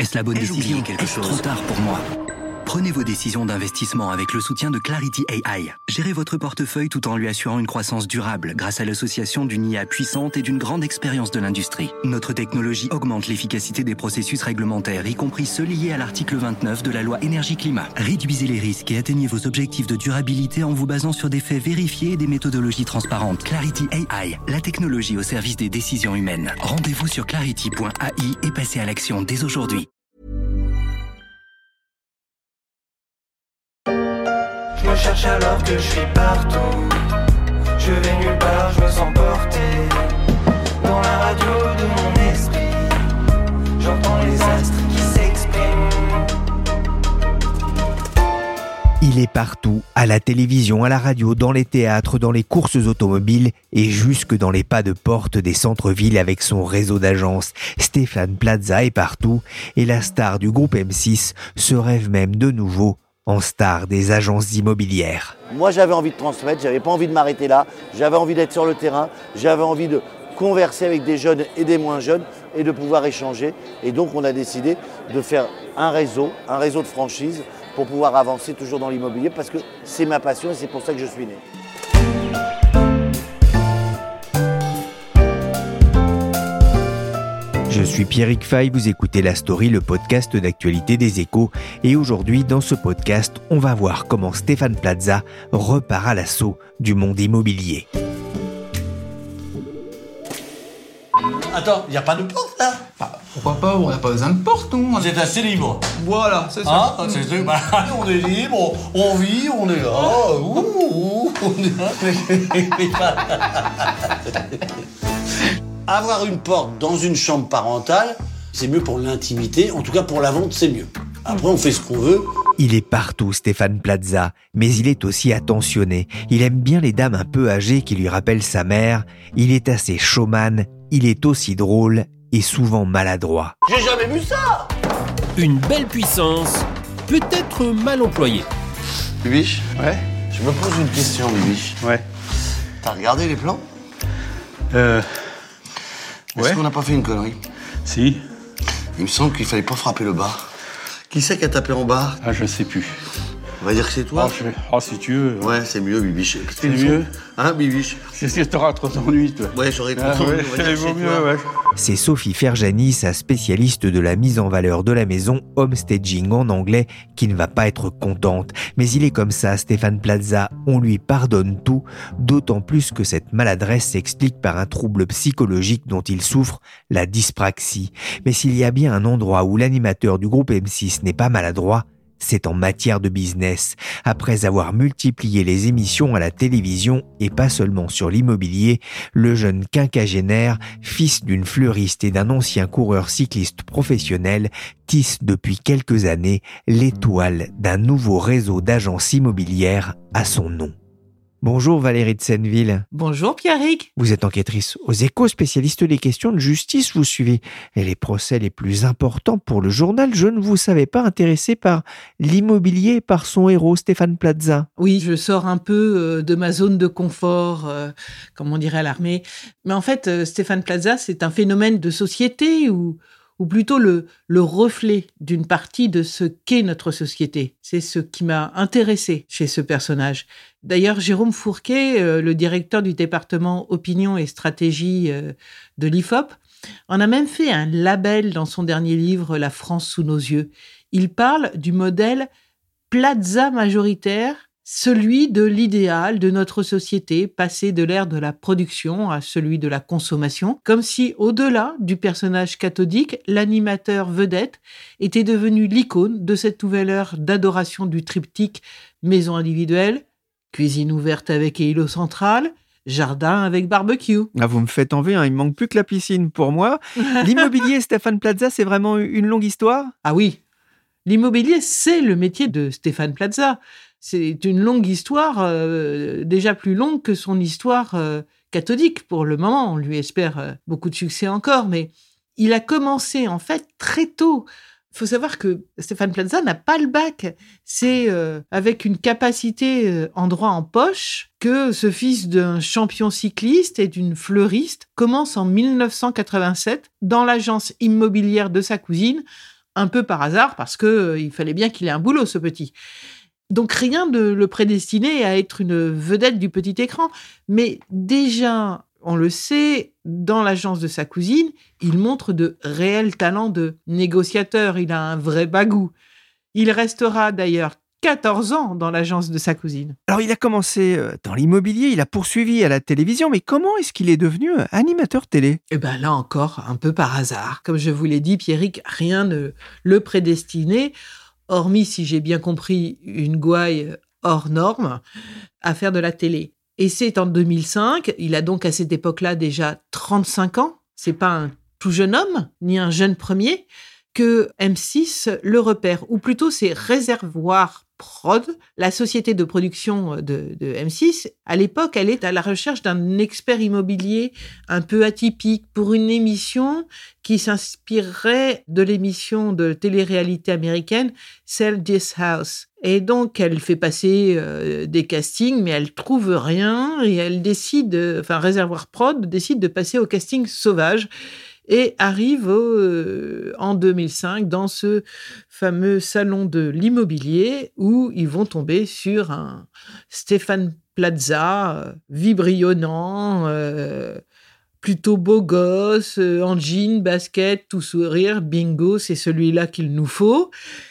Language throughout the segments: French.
Est-ce la bonne décision? Est-ce trop tard pour moi? Prenez vos décisions d'investissement avec le soutien de Clarity AI. Gérez votre portefeuille tout en lui assurant une croissance durable grâce à l'association d'une IA puissante et d'une grande expérience de l'industrie. Notre technologie augmente l'efficacité des processus réglementaires, y compris ceux liés à l'article 29 de la loi Énergie-Climat. Réduisez les risques et atteignez vos objectifs de durabilité en vous basant sur des faits vérifiés et des méthodologies transparentes. Clarity AI, la technologie au service des décisions humaines. Rendez-vous sur clarity.ai et passez à l'action dès aujourd'hui. Je me cherche alors que je suis partout. Je vais nulle part, je me sens porté. Dans la radio de mon esprit, j'entends les astres qui s'expriment. Il est partout, à la télévision, à la radio, dans les théâtres, dans les courses automobiles et jusque dans les pas de porte des centres-villes avec son réseau d'agences. Stéphane Plaza est partout et la star du groupe M6 se rêve même de nouveau en star des agences immobilières. Moi, j'avais envie de transmettre, j'avais pas envie de m'arrêter là, j'avais envie d'être sur le terrain, j'avais envie de converser avec des jeunes et des moins jeunes et de pouvoir échanger. Et donc, on a décidé de faire un réseau de franchise pour pouvoir avancer toujours dans l'immobilier parce que c'est ma passion et c'est pour ça que je suis né. Je suis Pierrick Fay, vous écoutez La Story, le podcast d'actualité des Échos. Et aujourd'hui, dans ce podcast, on va voir comment Stéphane Plaza repart à l'assaut du monde immobilier. Attends, il n'y a pas de porte là? Pourquoi pas? On n'a pas besoin de porte, nous. Vous êtes assez libre. Voilà, c'est ça. On est libre, on vit, on est là. Avoir une porte dans une chambre parentale, c'est mieux pour l'intimité. En tout cas, pour la vente, c'est mieux. Après, on fait ce qu'on veut. Il est partout, Stéphane Plaza, mais il est aussi attentionné. Il aime bien les dames un peu âgées qui lui rappellent sa mère. Il est assez showman, il est aussi drôle et souvent maladroit. J'ai jamais vu ça! Une belle puissance, peut-être mal employée. Bibiche? Ouais. Je me pose une question, Bibiche. Ouais. T'as regardé les plans? Est-ce qu'on n'a pas fait une connerie? Si. Il me semble qu'il fallait pas frapper le bar. Qui c'est qui a tapé en bar? Ah, je sais plus. On va dire que c'est toi. Si tu veux. Ouais, c'est mieux, Bibiche. C'est mieux. Hein, Bibiche? C'est ce que t'auras trop d'ennuis, toi. Ouais, j'aurais trop Ah, d'ennuis, ouais, on va dire que vaut c'est mieux, toi. ouais. C'est Sophie Ferjani, sa spécialiste de la mise en valeur de la maison, homestaging en anglais, qui ne va pas être contente. Mais il est comme ça, Stéphane Plaza, on lui pardonne tout, d'autant plus que cette maladresse s'explique par un trouble psychologique dont il souffre, la dyspraxie. Mais s'il y a bien un endroit où l'animateur du groupe M6 n'est pas maladroit, c'est en matière de business. Après avoir multiplié les émissions à la télévision et pas seulement sur l'immobilier, le jeune quinquagénaire, fils d'une fleuriste et d'un ancien coureur cycliste professionnel, tisse depuis quelques années l'étoile d'un nouveau réseau d'agences immobilières à son nom. Bonjour Valérie de Senneville. Bonjour Pierrick. Vous êtes enquêtrice aux Échos, spécialiste des questions de justice. Vous suivez les procès les plus importants pour le journal. Je ne vous savais pas intéressé par l'immobilier et par son héros, Stéphane Plaza. Oui, je sors un peu de ma zone de confort, comme on dirait à l'armée. Mais en fait, Stéphane Plaza, c'est un phénomène de société ou plutôt le reflet d'une partie de ce qu'est notre société. C'est ce qui m'a intéressé chez ce personnage. D'ailleurs, Jérôme Fourquet, le directeur du département opinion et stratégie de l'IFOP, en a même fait un label dans son dernier livre « La France sous nos yeux ». Il parle du modèle Plaza majoritaire, celui de l'idéal de notre société, passé de l'ère de la production à celui de la consommation, comme si, au-delà du personnage cathodique, l'animateur vedette était devenu l'icône de cette nouvelle ère d'adoration du triptyque maison individuelle, cuisine ouverte avec îlot central, jardin avec barbecue. Ah, vous me faites envie, hein, il me manque plus que la piscine pour moi. L'immobilier, Stéphane Plaza, c'est vraiment une longue histoire ? Ah oui, l'immobilier, c'est le métier de Stéphane Plaza. C'est une longue histoire, déjà plus longue que son histoire cathodique pour le moment. On lui espère beaucoup de succès encore, mais il a commencé en fait très tôt. Il faut savoir que Stéphane Plaza n'a pas le bac. C'est avec une capacité en droit en poche que ce fils d'un champion cycliste et d'une fleuriste commence en 1987 dans l'agence immobilière de sa cousine un peu par hasard, parce qu'il fallait bien qu'il ait un boulot, ce petit. Donc rien ne le prédestinait à être une vedette du petit écran. Mais déjà, on le sait, dans l'agence de sa cousine, il montre de réels talents de négociateur. Il a un vrai bagou. Il restera d'ailleurs 14 ans dans l'agence de sa cousine. Alors, il a commencé dans l'immobilier, il a poursuivi à la télévision, mais comment est-ce qu'il est devenu animateur télé ? Et bien là encore, un peu par hasard. Comme je vous l'ai dit, Pierrick, rien ne le prédestinait, hormis, si j'ai bien compris, une gouaille hors norme, à faire de la télé. Et c'est en 2005, il a donc à cette époque-là déjà 35 ans, c'est pas un tout jeune homme, ni un jeune premier, que M6 le repère, ou plutôt c'est Réservoir Prod, la société de production de M6. À l'époque, elle est à la recherche d'un expert immobilier un peu atypique pour une émission qui s'inspirerait de l'émission de télé-réalité américaine Sell This House. Et donc, elle fait passer des castings, mais elle trouve rien et elle décide, Réservoir Prod décide de passer au casting sauvage et arrive en 2005 dans ce fameux salon de l'immobilier où ils vont tomber sur un Stéphane Plaza vibrionnant, plutôt beau gosse, en jean, basket, tout sourire, bingo, c'est celui-là qu'il nous faut.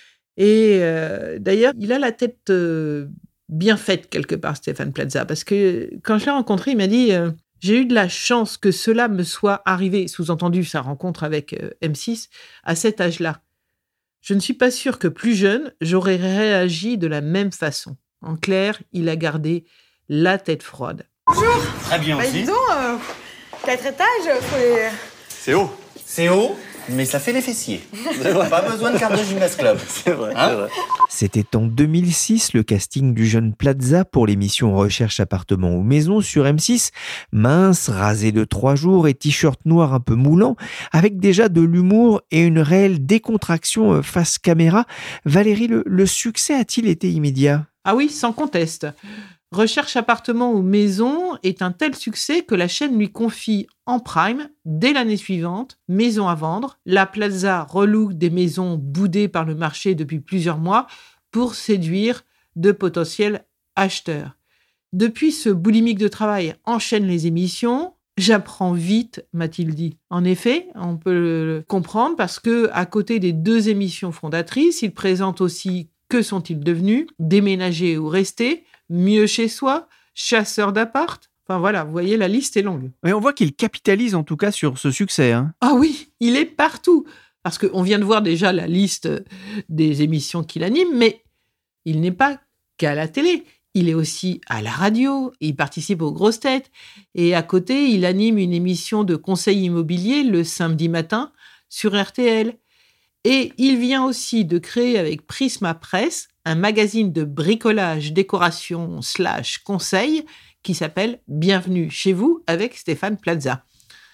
Et d'ailleurs, il a la tête bien faite quelque part, Stéphane Plaza, parce que quand je l'ai rencontré, il m'a dit j'ai eu de la chance que cela me soit arrivé, sous-entendu sa rencontre avec M6, à cet âge-là. Je ne suis pas sûr que plus jeune, j'aurais réagi de la même façon. En clair, il a gardé la tête froide. Bonjour. Très bien aussi. Dis donc, 4 étages, faut les... C'est haut. C'est haut, mais ça fait les fessiers. Pas besoin de carte de gymnast club. C'est vrai, Hein c'est vrai. C'était en 2006 le casting du jeune Plaza pour l'émission Recherche appartement ou maison sur M6. Mince, rasé de 3 jours et t-shirt noir un peu moulant, avec déjà de l'humour et une réelle décontraction face caméra. Valérie, le succès a-t-il été immédiat ? Ah oui, sans conteste. Recherche appartement ou maison est un tel succès que la chaîne lui confie en prime, dès l'année suivante, Maison à vendre. La Plaza reloue des maisons boudées par le marché depuis plusieurs mois pour séduire de potentiels acheteurs. Depuis, ce boulimique de travail enchaîne les émissions. J'apprends vite, m'a-t-il dit. En effet, on peut le comprendre parce que, à côté des 2 émissions fondatrices, il présente aussi Que sont-ils devenus ? Déménager ou rester ? Mieux chez soi ? Chasseur d'appart ? Enfin voilà, vous voyez, la liste est longue. Et on voit qu'il capitalise en tout cas sur ce succès. Ah oui, il est partout. Parce qu'on vient de voir déjà la liste des émissions qu'il anime, mais il n'est pas qu'à la télé. Il est aussi à la radio, il participe aux grosses têtes. Et à côté, il anime une émission de conseil immobilier le samedi matin sur RTL. Et il vient aussi de créer avec Prisma Presse un magazine de bricolage, décoration / conseil qui s'appelle Bienvenue chez vous avec Stéphane Plaza.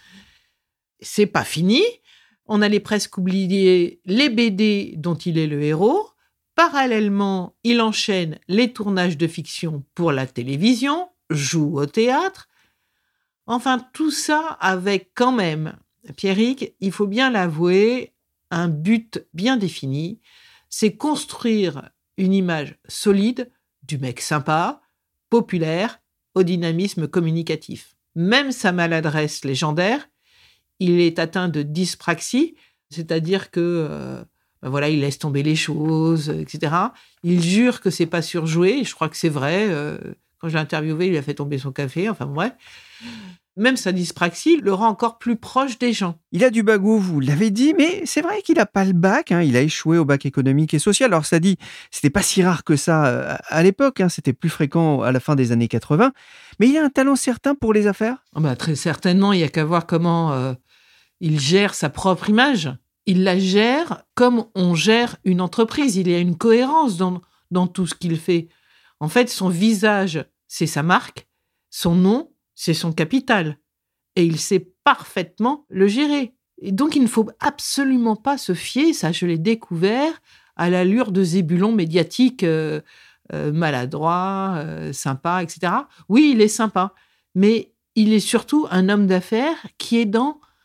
C'est pas fini. On allait presque oublier les BD dont il est le héros. Parallèlement, il enchaîne les tournages de fiction pour la télévision, joue au théâtre. Enfin, tout ça avec quand même, Pierrick, il faut bien l'avouer, un but bien défini, c'est construire une image solide du mec sympa, populaire, au dynamisme communicatif. Même sa maladresse légendaire, il est atteint de dyspraxie, c'est-à-dire que il laisse tomber les choses, etc. Il jure que c'est pas surjoué, je crois que c'est vrai. Quand je l'ai interviewé, il a fait tomber son café, enfin bref. Même sa dyspraxie le rend encore plus proche des gens. Il a du bagou, vous l'avez dit, mais c'est vrai qu'il n'a pas le bac. Il a échoué au bac économique et social. Alors ça dit, c'était pas si rare que ça à l'époque. C'était plus fréquent à la fin des années 80. Mais il a un talent certain pour les affaires. Très certainement, il n'y a qu'à voir comment il gère sa propre image. Il la gère comme on gère une entreprise. Il y a une cohérence dans tout ce qu'il fait. En fait, son visage, c'est sa marque. Son nom, c'est son capital. Et il sait parfaitement le gérer. Et donc, il ne faut absolument pas se fier, ça je l'ai découvert, à l'allure de Zébulon médiatique, maladroit, sympa, etc. Oui, il est sympa, mais il est surtout un homme d'affaires qui est dans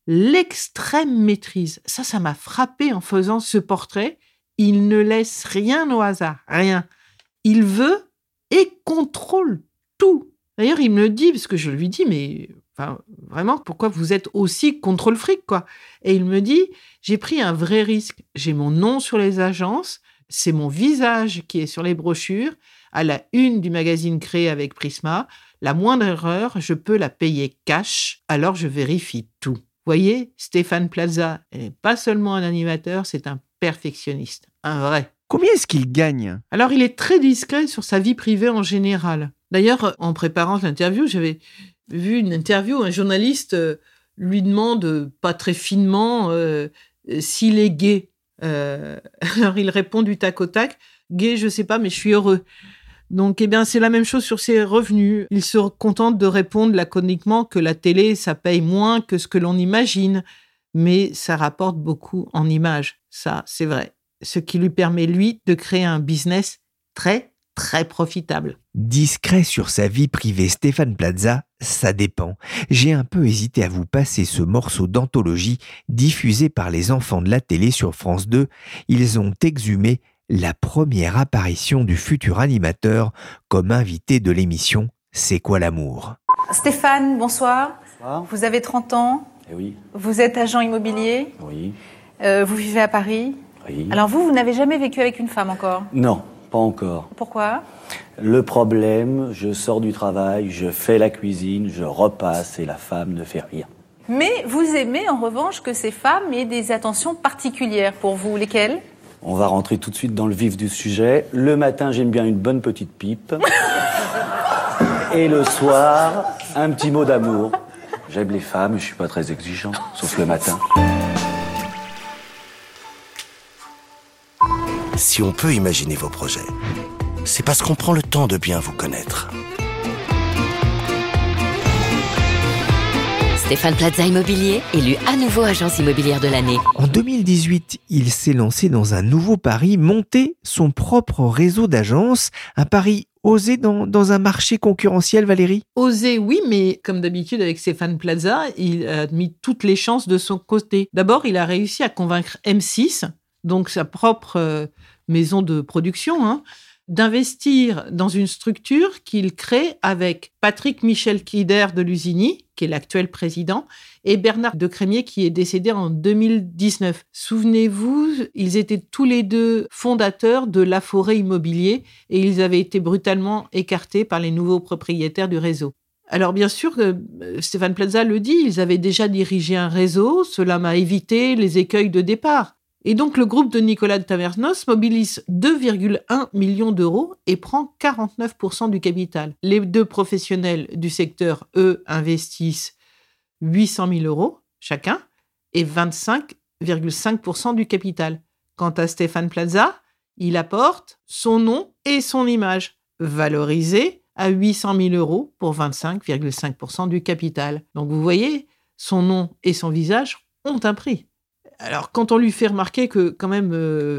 l'extrême maîtrise. Ça m'a frappé en faisant ce portrait. Il ne laisse rien au hasard, rien. Il veut et contrôle tout. D'ailleurs, il me le dit, parce que je lui dis, mais vraiment, pourquoi vous êtes aussi contrôle fric, quoi? Et il me dit, j'ai pris un vrai risque. J'ai mon nom sur les agences, c'est mon visage qui est sur les brochures, à la une du magazine créé avec Prisma. La moindre erreur, je peux la payer cash, alors je vérifie tout. Voyez, Stéphane Plaza n'est pas seulement un animateur, c'est un perfectionniste, un vrai. Combien est-ce qu'il gagne ? Alors, il est très discret sur sa vie privée en général. D'ailleurs, en préparant l'interview, j'avais vu une interview où un journaliste lui demande, pas très finement, s'il est gay. Alors, il répond du tac au tac, « Gay, je sais pas, mais je suis heureux ». Donc, c'est la même chose sur ses revenus. Il se contente de répondre laconiquement que la télé, ça paye moins que ce que l'on imagine, mais ça rapporte beaucoup en images. Ça, c'est vrai. Ce qui lui permet, lui, de créer un business très, très profitable. Discret sur sa vie privée, Stéphane Plaza, ça dépend. J'ai un peu hésité à vous passer ce morceau d'anthologie diffusé par les enfants de la télé sur France 2. Ils ont exhumé la première apparition du futur animateur comme invité de l'émission C'est quoi l'amour ? Stéphane, bonsoir. Bonsoir. Vous avez 30 ans. Eh oui. Vous êtes agent immobilier. Oui. Vous vivez à Paris. Oui. Alors vous n'avez jamais vécu avec une femme encore ? Non, pas encore. Pourquoi ? Le problème, je sors du travail, je fais la cuisine, je repasse et la femme ne fait rien. Mais vous aimez en revanche que ces femmes aient des attentions particulières pour vous. Lesquelles ? On va rentrer tout de suite dans le vif du sujet. Le matin, j'aime bien une bonne petite pipe. Et le soir, un petit mot d'amour. J'aime les femmes, je suis pas très exigeant, sauf le matin. Si on peut imaginer vos projets, c'est parce qu'on prend le temps de bien vous connaître. Stéphane Plaza Immobilier, élu à nouveau agence immobilière de l'année. En 2018, il s'est lancé dans un nouveau pari, monter son propre réseau d'agences, un pari osé dans un marché concurrentiel, Valérie ? Osé, oui, mais comme d'habitude avec Stéphane Plaza, il a mis toutes les chances de son côté. D'abord, il a réussi à convaincre M6, donc sa propre maison de production, d'investir dans une structure qu'il crée avec Patrick Michel Quider de Lusigny, qui est l'actuel président, et Bernard de Crémier, qui est décédé en 2019. Souvenez-vous, ils étaient tous les deux fondateurs de La Forêt Immobilier et ils avaient été brutalement écartés par les nouveaux propriétaires du réseau. Alors bien sûr, Stéphane Plaza le dit, ils avaient déjà dirigé un réseau, cela m'a évité les écueils de départ. Et donc, le groupe de Nicolas de Tavernos mobilise 2,1 millions d'euros et prend 49% du capital. Les deux professionnels du secteur, eux, investissent 800 000 euros chacun et 25,5% du capital. Quant à Stéphane Plaza, il apporte son nom et son image, valorisés à 800 000 euros pour 25,5% du capital. Donc, vous voyez, son nom et son visage ont un prix. Alors, quand on lui fait remarquer que, quand même,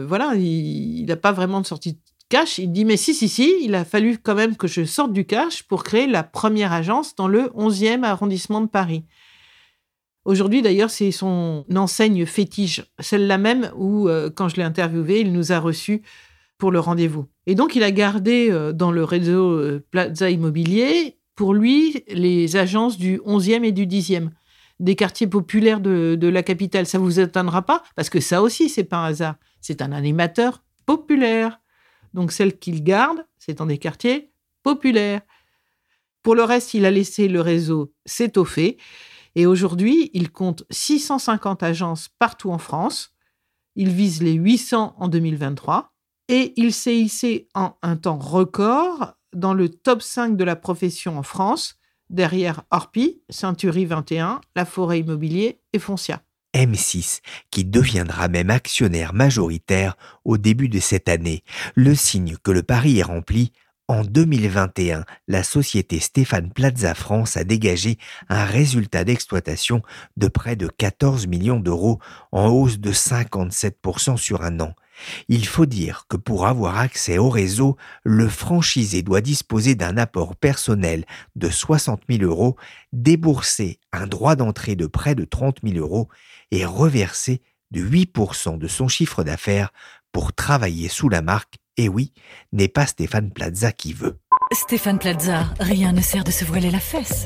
il n'a pas vraiment de sortie de cash, il dit « Mais si, il a fallu quand même que je sorte du cash pour créer la première agence dans le 11e arrondissement de Paris. » Aujourd'hui, d'ailleurs, c'est son enseigne fétiche, celle-là même où, quand je l'ai interviewé, il nous a reçus pour le rendez-vous. Et donc, il a gardé dans le réseau Plaza Immobilier, pour lui, les agences du 11e et du 10e. Des quartiers populaires de la capitale. Ça ne vous étonnera pas, parce que ça aussi, c'est pas un hasard. C'est un animateur populaire. Donc, celle qu'il garde, c'est dans des quartiers populaires. Pour le reste, il a laissé le réseau s'étoffer. Et aujourd'hui, il compte 650 agences partout en France. Il vise les 800 en 2023. Et il s'est hissé en un temps record dans le top 5 de la profession en France, derrière Orpi, Century 21, La Forêt Immobilier et Foncia. M6, qui deviendra même actionnaire majoritaire au début de cette année. Le signe que le pari est rempli En 2021, la société Stéphane Plaza France a dégagé un résultat d'exploitation de près de 14 millions d'euros, en hausse de 57% sur un an. Il faut dire que pour avoir accès au réseau, le franchisé doit disposer d'un apport personnel de 60 000 euros, débourser un droit d'entrée de près de 30 000 euros et reverser de 8% de son chiffre d'affaires pour travailler sous la marque. Et oui, n'est pas Stéphane Plaza qui veut. Stéphane Plaza, rien ne sert de se voiler la fesse.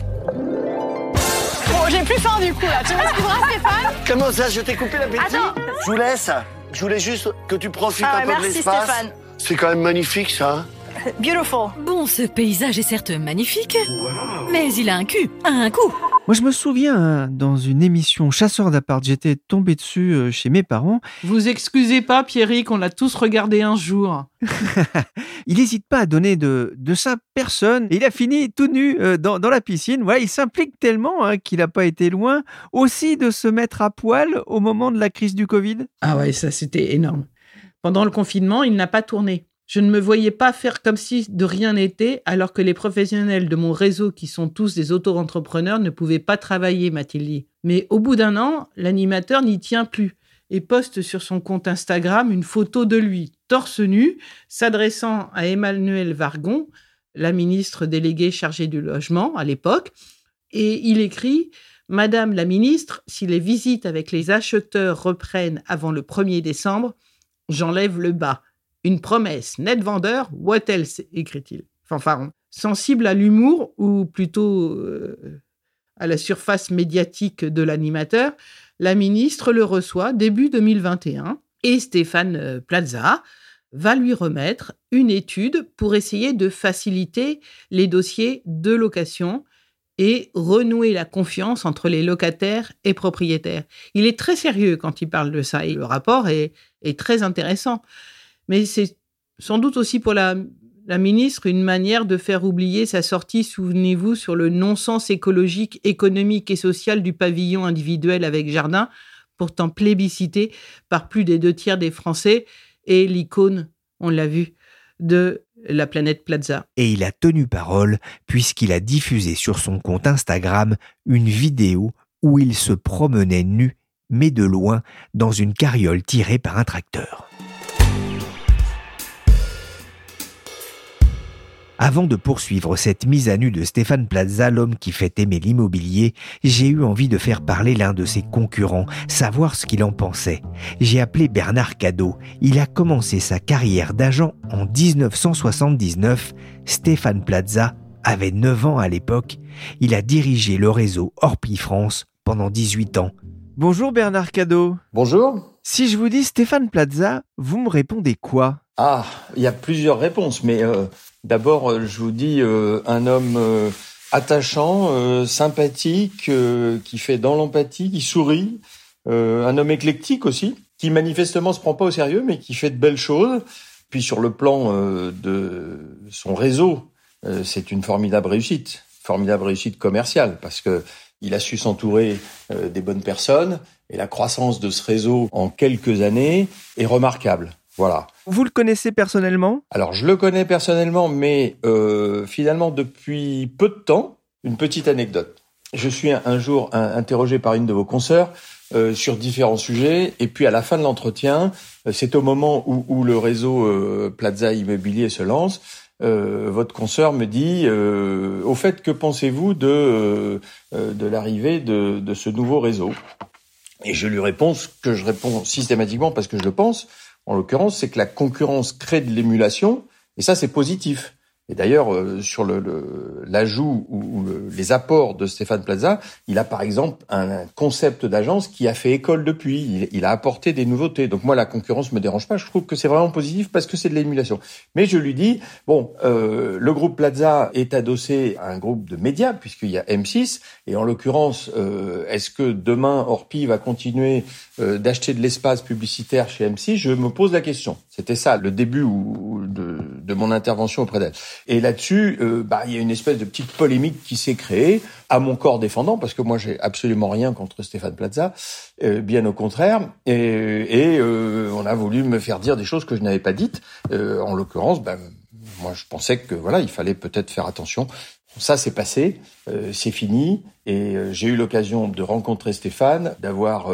Bon, j'ai plus faim du coup là. Tu m'excuseras, Stéphane? Comment ça, je t'ai coupé l'appétit? Attends. Je vous laisse. Je voulais juste que tu profites un peu merci, de l'espace. Stéphane. C'est quand même magnifique ça. Beautiful. Bon, ce paysage est certes magnifique, mais il a un cul, un coup. Moi, je me souviens, dans une émission Chasseurs d'appart, j'étais tombé dessus chez mes parents. Vous excusez pas, Pierrick, on l'a tous regardé un jour. Il n'hésite pas à donner de sa personne. Et il a fini tout nu dans la piscine. Voilà, il s'implique tellement qu'il n'a pas été loin aussi de se mettre à poil au moment de la crise du Covid. Ah ouais, ça c'était énorme. Pendant le confinement, il n'a pas tourné. Je ne me voyais pas faire comme si de rien n'était, alors que les professionnels de mon réseau, qui sont tous des auto-entrepreneurs, ne pouvaient pas travailler, m'a-t-il dit. Mais au bout d'un an, l'animateur n'y tient plus et poste sur son compte Instagram une photo de lui, torse nu, s'adressant à Emmanuelle Wargon, la ministre déléguée chargée du logement à l'époque. Et il écrit « Madame la ministre, si les visites avec les acheteurs reprennent avant le 1er décembre, j'enlève le bas. Une promesse, net vendeur, what else ?» écrit-il. Fanfaron. Sensible à l'humour, ou plutôt à la surface médiatique de l'animateur, la ministre le reçoit début 2021 et Stéphane Plaza va lui remettre une étude pour essayer de faciliter les dossiers de location et renouer la confiance entre les locataires et propriétaires. Il est très sérieux quand il parle de ça et le rapport est très intéressant. Mais c'est sans doute aussi pour la ministre une manière de faire oublier sa sortie, souvenez-vous, sur le non-sens écologique, économique et social du pavillon individuel avec jardin, pourtant plébiscité par plus des 2/3 des Français, et l'icône, on l'a vu, de la planète Plaza. Et il a tenu parole puisqu'il a diffusé sur son compte Instagram une vidéo où il se promenait nu, mais de loin, dans une carriole tirée par un tracteur. Avant de poursuivre cette mise à nu de Stéphane Plaza, l'homme qui fait aimer l'immobilier, j'ai eu envie de faire parler l'un de ses concurrents, savoir ce qu'il en pensait. J'ai appelé Bernard Cadot. Il a commencé sa carrière d'agent en 1979. Stéphane Plaza avait 9 ans à l'époque. Il a dirigé le réseau Orpi France pendant 18 ans. Bonjour Bernard Cadot. Bonjour. Si je vous dis Stéphane Plaza, vous me répondez quoi? Ah, il y a plusieurs réponses, mais d'abord, je vous dis un homme attachant, sympathique, qui fait dans l'empathie, qui sourit, un homme éclectique aussi, qui manifestement se prend pas au sérieux, mais qui fait de belles choses. Puis sur le plan de son réseau, c'est une formidable réussite commerciale, parce que il a su s'entourer des bonnes personnes, et la croissance de ce réseau en quelques années est remarquable. Voilà. Vous le connaissez personnellement? Alors, je le connais personnellement, mais finalement, depuis peu de temps, une petite anecdote. Je suis un jour interrogé par une de vos consoeurs sur différents sujets, et puis à la fin de l'entretien, c'est au moment où le réseau Plaza Immobilier se lance, votre consoeur me dit au fait, que pensez-vous de l'arrivée de ce nouveau réseau? Et je lui réponds ce que je réponds systématiquement parce que je le pense. En l'occurrence, c'est que la concurrence crée de l'émulation, et ça, c'est positif. Et d'ailleurs, sur l'ajout ou les apports de Stéphane Plaza, il a par exemple un concept d'agence qui a fait école depuis. Il a apporté des nouveautés. Donc moi, la concurrence me dérange pas. Je trouve que c'est vraiment positif parce que c'est de l'émulation. Mais je lui dis, bon, le groupe Plaza est adossé à un groupe de médias puisqu'il y a M6. Et en l'occurrence, est-ce que demain, Orpi va continuer d'acheter de l'espace publicitaire chez M6? Je me pose la question. C'était ça, le début de mon intervention auprès d'elle. Et là-dessus, il y a une espèce de petite polémique qui s'est créée, à mon corps défendant, parce que moi, j'ai absolument rien contre Stéphane Plaza, bien au contraire. Et on a voulu me faire dire des choses que je n'avais pas dites. En l'occurrence, Moi, je pensais que voilà, il fallait peut-être faire attention. Ça, c'est passé, c'est fini, et j'ai eu l'occasion de rencontrer Stéphane, d'avoir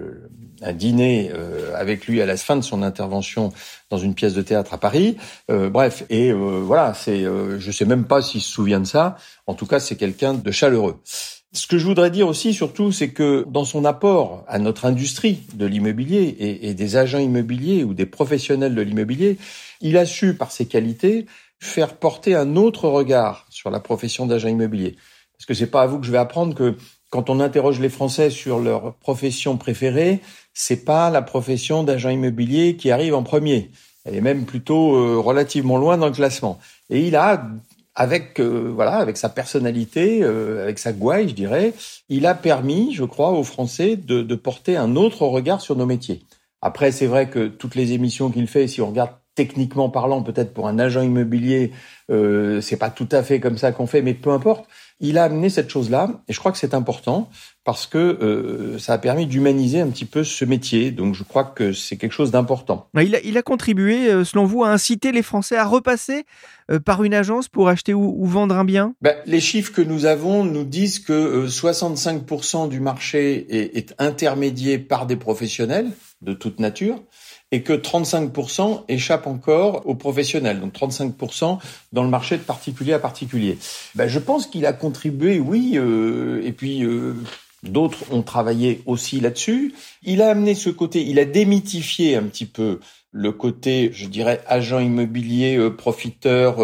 un dîner avec lui à la fin de son intervention dans une pièce de théâtre à Paris. Bref, et voilà, je sais même pas s'il se souvient de ça. En tout cas, c'est quelqu'un de chaleureux. Ce que je voudrais dire aussi, surtout, c'est que dans son apport à notre industrie de l'immobilier et des agents immobiliers ou des professionnels de l'immobilier, il a su, par ses qualités, faire porter un autre regard sur la profession d'agent immobilier. Parce que c'est pas à vous que je vais apprendre que quand on interroge les Français sur leur profession préférée, c'est pas la profession d'agent immobilier qui arrive en premier. Elle est même plutôt relativement loin dans le classement. Et il a, avec sa personnalité, avec sa gouaille, je dirais, il a permis, je crois, aux Français de porter un autre regard sur nos métiers. Après, c'est vrai que toutes les émissions qu'il fait, si on regarde techniquement parlant, peut-être pour un agent immobilier, c'est pas tout à fait comme ça qu'on fait, mais peu importe. Il a amené cette chose-là, et je crois que c'est important parce que ça a permis d'humaniser un petit peu ce métier. Donc, je crois que c'est quelque chose d'important. Il a contribué, selon vous, à inciter les Français à repasser par une agence pour acheter ou vendre un bien ? Les chiffres que nous avons nous disent que 65% du marché est intermédié par des professionnels de toute nature, et que 35% échappent encore aux professionnels, donc 35% dans le marché de particulier à particulier. Je pense qu'il a contribué, oui, et puis d'autres ont travaillé aussi là-dessus. Il a amené ce côté, il a démythifié un petit peu le côté, je dirais, agent immobilier, profiteur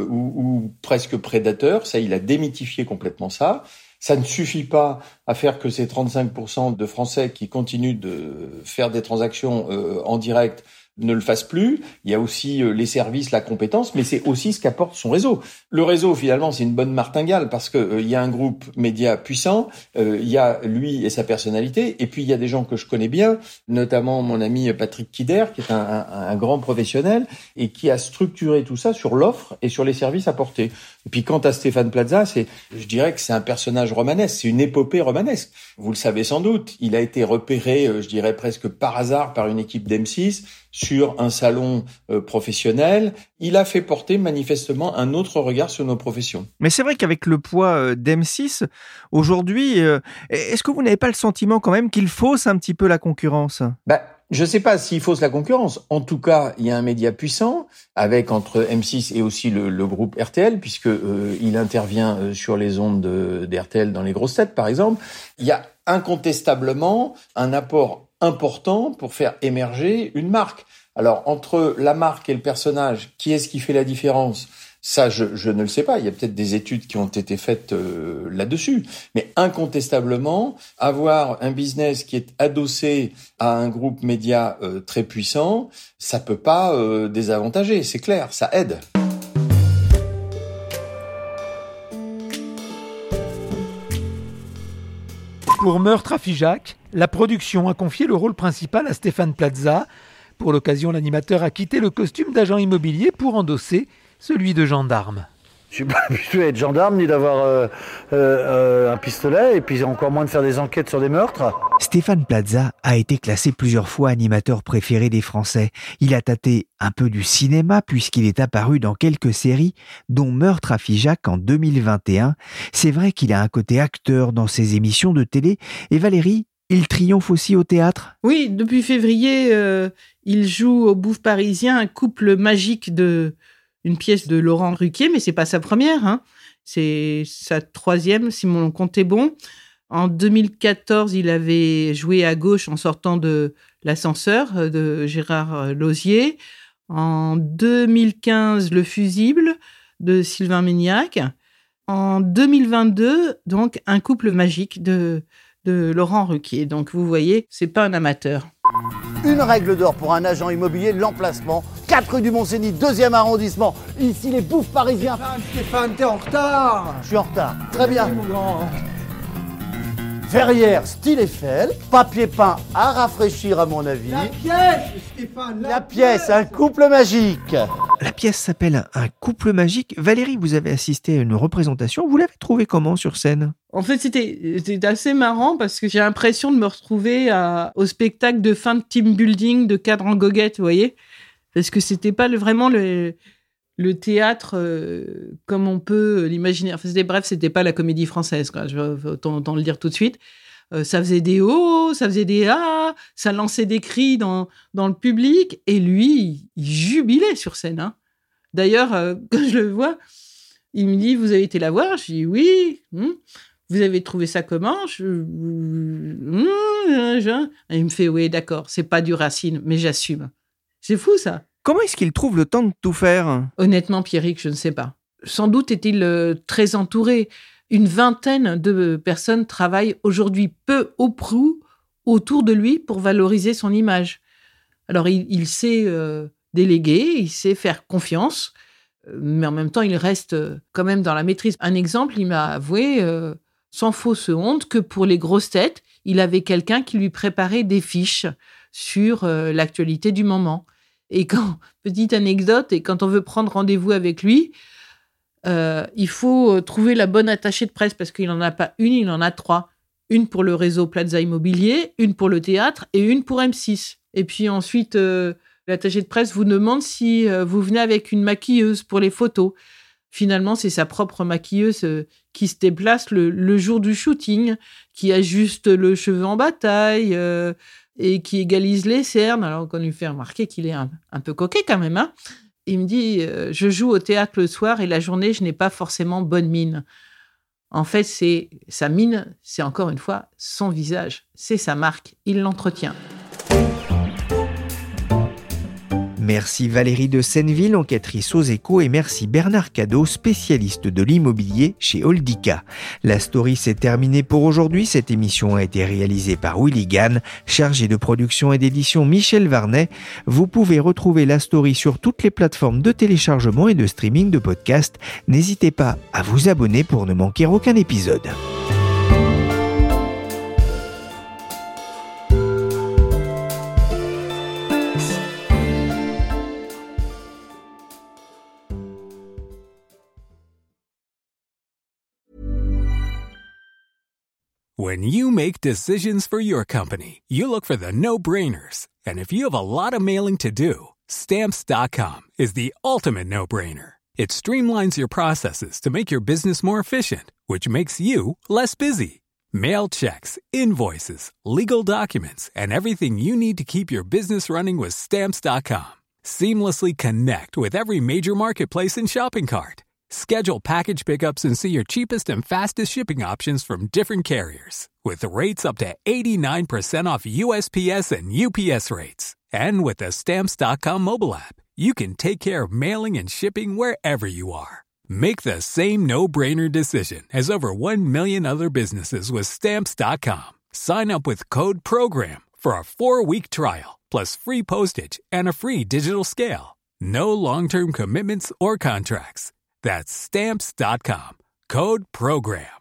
ou presque prédateur. Ça, il a démythifié complètement ça. Ça ne suffit pas à faire que ces 35% de Français qui continuent de faire des transactions en direct ne le fassent plus. Il y a aussi les services, la compétence, mais c'est aussi ce qu'apporte son réseau. Le réseau, finalement, c'est une bonne martingale parce que il y a un groupe média puissant, il y a lui et sa personnalité, et puis il y a des gens que je connais bien, notamment mon ami Patrick Kider, qui est un grand professionnel et qui a structuré tout ça sur l'offre et sur les services apportés. Et puis quant à Stéphane Plaza, je dirais que c'est un personnage romanesque, c'est une épopée romanesque. Vous le savez sans doute, il a été repéré, je dirais presque par hasard, par une équipe d'M6 sur un salon professionnel. Il a fait porter manifestement un autre regard sur nos professions. Mais c'est vrai qu'avec le poids d'M6, aujourd'hui, est-ce que vous n'avez pas le sentiment quand même qu'il fausse un petit peu la concurrence ? Je ne sais pas s'il fausse la concurrence. En tout cas, il y a un média puissant avec entre M6 et aussi le groupe RTL, puisque il intervient sur les ondes d'RTL dans les grosses têtes, par exemple. Il y a incontestablement un apport important pour faire émerger une marque. Alors, entre la marque et le personnage, qui est-ce qui fait la différence ? Ça, je ne le sais pas. Il y a peut-être des études qui ont été faites là-dessus. Mais incontestablement, avoir un business qui est adossé à un groupe média très puissant, ça peut pas désavantager, c'est clair, ça aide. Pour Meurtre à Figeac, la production a confié le rôle principal à Stéphane Plaza. Pour l'occasion, l'animateur a quitté le costume d'agent immobilier pour endosser celui de gendarme. Je suis pas habitué à être gendarme ni d'avoir un pistolet et puis encore moins de faire des enquêtes sur des meurtres. Stéphane Plaza a été classé plusieurs fois animateur préféré des Français. Il a tâté un peu du cinéma puisqu'il est apparu dans quelques séries, dont Meurtre à Figeac en 2021. C'est vrai qu'il a un côté acteur dans ses émissions de télé. Et Valérie, il triomphe aussi au théâtre ? Oui, depuis février, il joue au Bouffe Parisien un couple magique une pièce de Laurent Ruquier, mais c'est pas sa première, hein. C'est sa troisième, si mon compte est bon. En 2014, il avait joué à gauche en sortant de l'ascenseur de Gérard Lauzier. En 2015, Le Fusible de Sylvain Mignac. En 2022, donc, un couple magique de Laurent Ruquier. Donc, vous voyez, c'est pas un amateur. Une règle d'or pour un agent immobilier, l'emplacement. 4 rue du Mont-Cenis, 2e arrondissement. Ici, les Bouffes Parisiens. Stéphane, t'es en retard. Je suis en retard. Très bien. Mon grand. Verrière, style Eiffel. Papier peint à rafraîchir, à mon avis. La pièce, Stéphane. La pièce, un couple magique. La pièce s'appelle Un couple magique. Valérie, vous avez assisté à une représentation. Vous l'avez trouvée comment sur scène ? En fait, c'était assez marrant parce que j'ai l'impression de me retrouver au spectacle de fin de team building de Cadran Goguette, vous voyez ? Parce que c'était pas vraiment le théâtre comme on peut l'imaginer. Enfin, c'était pas la comédie française, quoi. Je vais autant le dire tout de suite. Ça faisait des hauts, ça faisait des ah, ça lançait des cris dans le public, et lui, il jubilait sur scène. Hein. D'ailleurs, quand je le vois, il me dit, vous avez été la voir? Je dis oui. Vous avez trouvé ça comment? Et il me fait, oui, d'accord, c'est pas du Racine, mais j'assume. C'est fou, ça. Comment est-ce qu'il trouve le temps de tout faire? Honnêtement, Pierrick, je ne sais pas. Sans doute est-il très entouré. Une vingtaine de personnes travaillent aujourd'hui peu ou prou autour de lui pour valoriser son image. Alors, il sait déléguer, il sait faire confiance, mais en même temps, il reste quand même dans la maîtrise. Un exemple, il m'a avoué, sans fausse honte, que pour les grosses têtes, il avait quelqu'un qui lui préparait des fiches sur l'actualité du moment. Et petite anecdote, et quand on veut prendre rendez-vous avec lui, il faut trouver la bonne attachée de presse, parce qu'il n'en a pas une, il en a 3. Une pour le réseau Plaza Immobilier, une pour le théâtre et une pour M6. Et puis ensuite, l'attaché de presse vous demande si vous venez avec une maquilleuse pour les photos. Finalement, c'est sa propre maquilleuse qui se déplace le jour du shooting, qui ajuste le cheveu en bataille et qui égalise les cernes. Alors qu'on lui fait remarquer qu'il est un peu coquet quand même, hein. Il me dit, je joue au théâtre le soir et la journée, je n'ai pas forcément bonne mine. En fait, c'est sa mine, c'est encore une fois son visage. C'est sa marque, il l'entretient. Merci Valérie de Senneville, enquêtrice aux Échos, et merci Bernard Cadot, spécialiste de l'immobilier chez Holdika. La story s'est terminée pour aujourd'hui. Cette émission a été réalisée par Willy Gann, chargé de production et d'édition Michel Varnet. Vous pouvez retrouver la story sur toutes les plateformes de téléchargement et de streaming de podcasts. N'hésitez pas à vous abonner pour ne manquer aucun épisode. When you make decisions for your company, you look for the no-brainers. And if you have a lot of mailing to do, Stamps.com is the ultimate no-brainer. It streamlines your processes to make your business more efficient, which makes you less busy. Mail checks, invoices, legal documents, and everything you need to keep your business running with Stamps.com. Seamlessly connect with every major marketplace and shopping cart. Schedule package pickups and see your cheapest and fastest shipping options from different carriers. With rates up to 89% off USPS and UPS rates. And with the Stamps.com mobile app, you can take care of mailing and shipping wherever you are. Make the same no-brainer decision as over 1 million other businesses with Stamps.com. Sign up with code PROGRAM for a 4-week trial, plus free postage and a free digital scale. No long-term commitments or contracts. That's Stamps.com. Code PROGRAM.